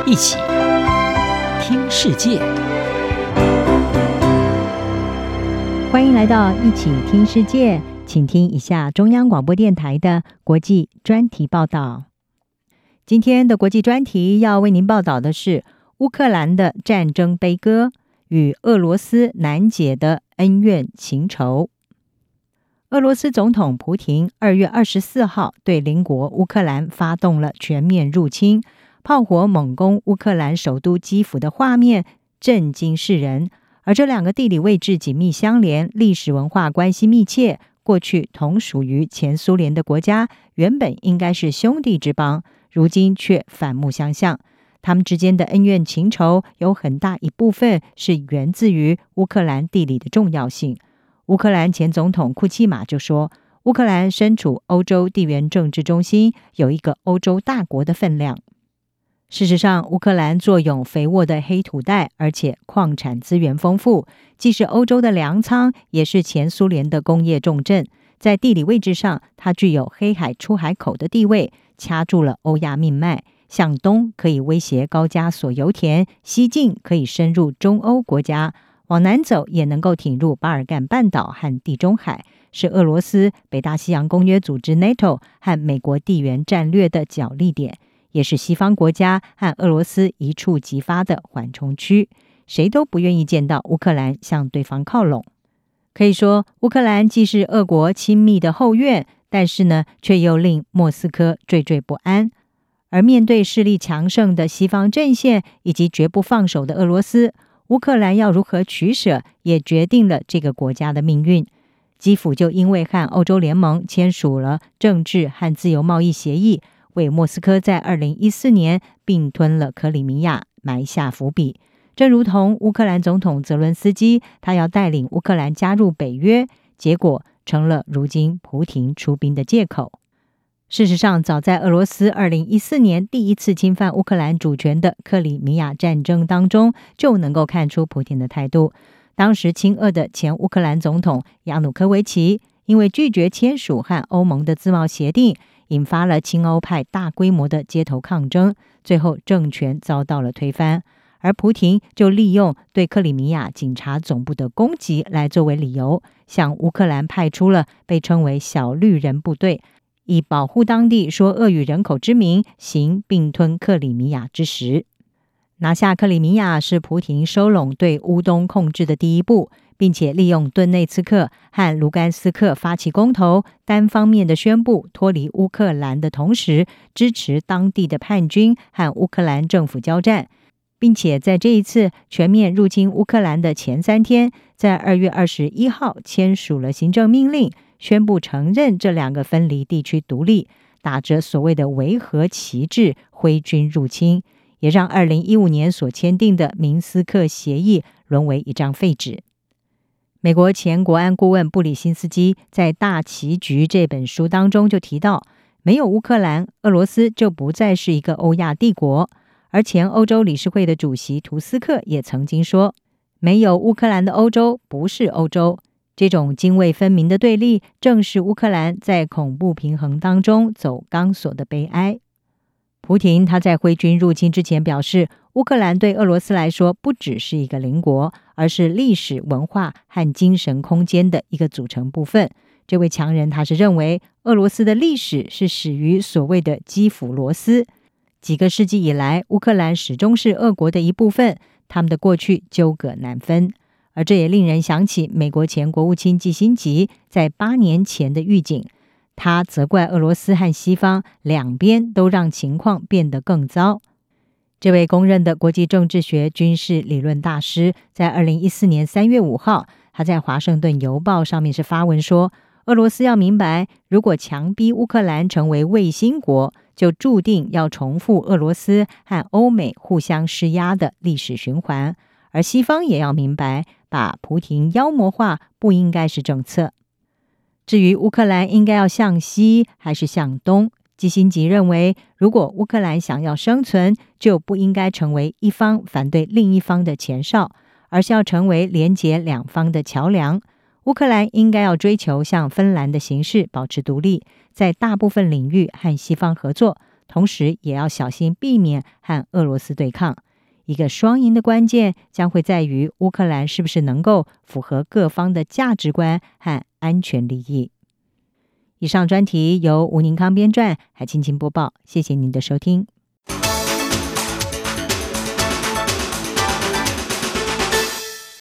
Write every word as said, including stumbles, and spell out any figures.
一起听世界。 欢迎来到一起听世界，请听一下中央广播电台的国际专题报道。今天的国际专题要为您报道的是乌克兰的战争悲歌与俄罗斯难解的恩怨情仇。俄罗斯总统普亭二月二十四号对邻国乌克兰发动了全面入侵，炮火猛攻乌克兰首都基辅的画面震惊世人。而这两个地理位置紧密相连，历史文化关系密切，过去同属于前苏联的国家，原本应该是兄弟之邦，如今却反目相向。他们之间的恩怨情仇有很大一部分是源自于乌克兰地理的重要性。乌克兰前总统库契马就说，乌克兰身处欧洲地缘政治中心，有一个欧洲大国的分量。事实上，乌克兰坐拥肥沃的黑土带，而且矿产资源丰富，既是欧洲的粮仓，也是前苏联的工业重镇。在地理位置上，它具有黑海出海口的地位，掐住了欧亚命脉。向东可以威胁高加索油田，西进可以深入中欧国家，往南走也能够挺入巴尔干半岛和地中海，是俄罗斯、北大西洋公约组织 NATO 和美国地缘战略的角力点，也是西方国家和俄罗斯一触即发的缓冲区，谁都不愿意见到乌克兰向对方靠拢。可以说，乌克兰既是俄国亲密的后院，但是呢，却又令莫斯科惴惴不安。而面对势力强盛的西方阵线以及绝不放手的俄罗斯，乌克兰要如何取舍，也决定了这个国家的命运。基辅就因为和欧洲联盟签署了政治和自由贸易协议，为莫斯科在二零一四年并吞了克里米亚埋下伏笔。正如同乌克兰总统泽伦斯基，他要带领乌克兰加入北约，结果成了如今普亭出兵的借口。事实上，早在俄罗斯二零一四年第一次侵犯乌克兰主权的克里米亚战争当中，就能够看出普亭的态度。当时亲俄的前乌克兰总统亚努科维奇，因为拒绝签署和欧盟的自贸协定，引发了亲欧派大规模的街头抗争，最后政权遭到了推翻。而普亭就利用对克里米亚警察总部的攻击来作为理由，向乌克兰派出了被称为小绿人部队，以保护当地说俄语人口之名，行并吞克里米亚之实。拿下克里米亚是普亭收拢对乌东控制的第一步，并且利用顿内茨克和卢甘斯克发起公投，单方面的宣布脱离乌克兰的同时，支持当地的叛军和乌克兰政府交战，并且在这一次全面入侵乌克兰的前三天，在二月二十一号签署了行政命令，宣布承认这两个分离地区独立，打着所谓的维和旗帜挥军入侵，也让二零一五年所签订的明斯克协议沦为一张废纸。美国前国安顾问布里辛斯基在《大棋局》这本书当中就提到，没有乌克兰，俄罗斯就不再是一个欧亚帝国。而前欧洲理事会的主席图斯克也曾经说，没有乌克兰的欧洲不是欧洲。这种泾渭分明的对立，正是乌克兰在恐怖平衡当中走钢索的悲哀。普亭他在挥军入侵之前表示，乌克兰对俄罗斯来说不只是一个邻国，而是历史文化和精神空间的一个组成部分。这位强人他是认为，俄罗斯的历史是始于所谓的基辅罗斯，几个世纪以来，乌克兰始终是俄国的一部分，他们的过去纠葛难分。而这也令人想起美国前国务卿基辛吉在八年前的预警，他责怪俄罗斯和西方两边都让情况变得更糟。这位公认的国际政治学军事理论大师，在二零一四年三月五号，他在华盛顿邮报上面是发文说，俄罗斯要明白，如果强逼乌克兰成为卫星国，就注定要重复俄罗斯和欧美互相施压的历史循环。而西方也要明白，把普亭妖魔化不应该是政策。至于乌克兰应该要向西还是向东，基辛吉认为，如果乌克兰想要生存，就不应该成为一方反对另一方的前哨，而是要成为连结两方的桥梁。乌克兰应该要追求像芬兰的形式保持独立，在大部分领域和西方合作， 同时也要小心避免和俄罗斯对抗。一个双赢的关键将会在于乌克兰是不是能够符合各方的价值观和安全利益。以上专题由吴宁康编撰，海青青播报，谢谢您的收听。